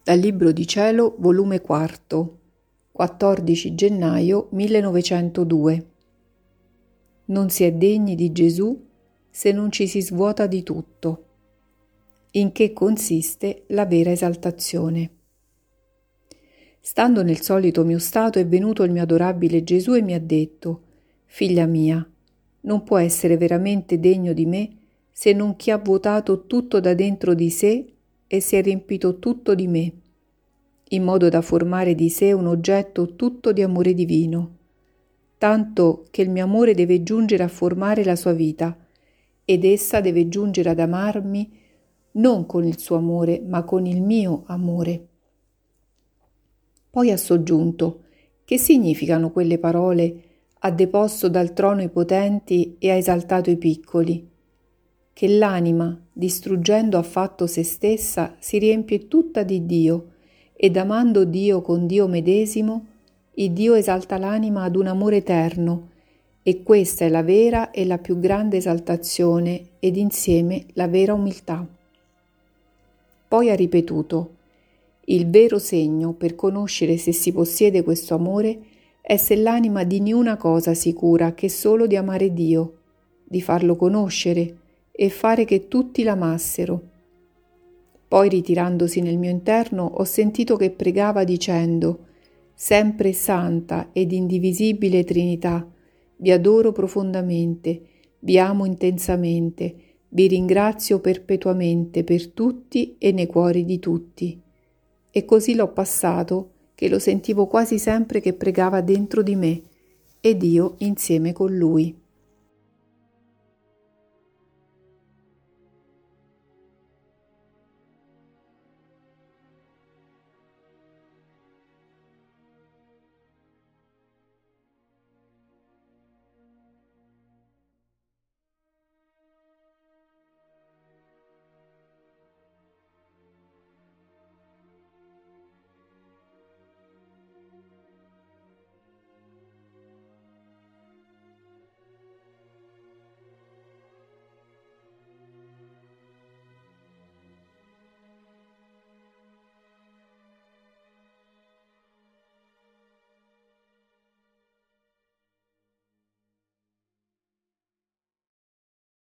Dal Libro di Cielo, volume 4, 14 gennaio 1902. Non si è degni di Gesù se non ci si svuota di tutto. In che consiste la vera esaltazione? Stando nel solito mio stato è venuto il mio adorabile Gesù e mi ha detto: «Figlia mia, non può essere veramente degno di me se non chi ha vuotato tutto da dentro di sé e si è riempito tutto di me, in modo da formare di sé un oggetto tutto di amore divino, tanto che il mio amore deve giungere a formare la sua vita, ed essa deve giungere ad amarmi non con il suo amore, ma con il mio amore». Poi ha soggiunto: che significano quelle parole «ha deposto dal trono i potenti e ha esaltato i piccoli»? Che l'anima, distruggendo affatto se stessa, si riempie tutta di Dio, ed amando Dio con Dio medesimo, il Dio esalta l'anima ad un amore eterno, e questa è la vera e la più grande esaltazione, ed insieme la vera umiltà. Poi ha ripetuto: il vero segno per conoscere se si possiede questo amore è se l'anima di niuna cosa si cura che solo di amare Dio, di farlo conoscere e fare che tutti l'amassero. Poi, ritirandosi nel mio interno, ho sentito che pregava dicendo: sempre santa ed indivisibile Trinità, vi adoro profondamente, vi amo intensamente, vi ringrazio perpetuamente per tutti e nei cuori di tutti. E così l'ho passato che lo sentivo quasi sempre che pregava dentro di me ed io insieme con lui.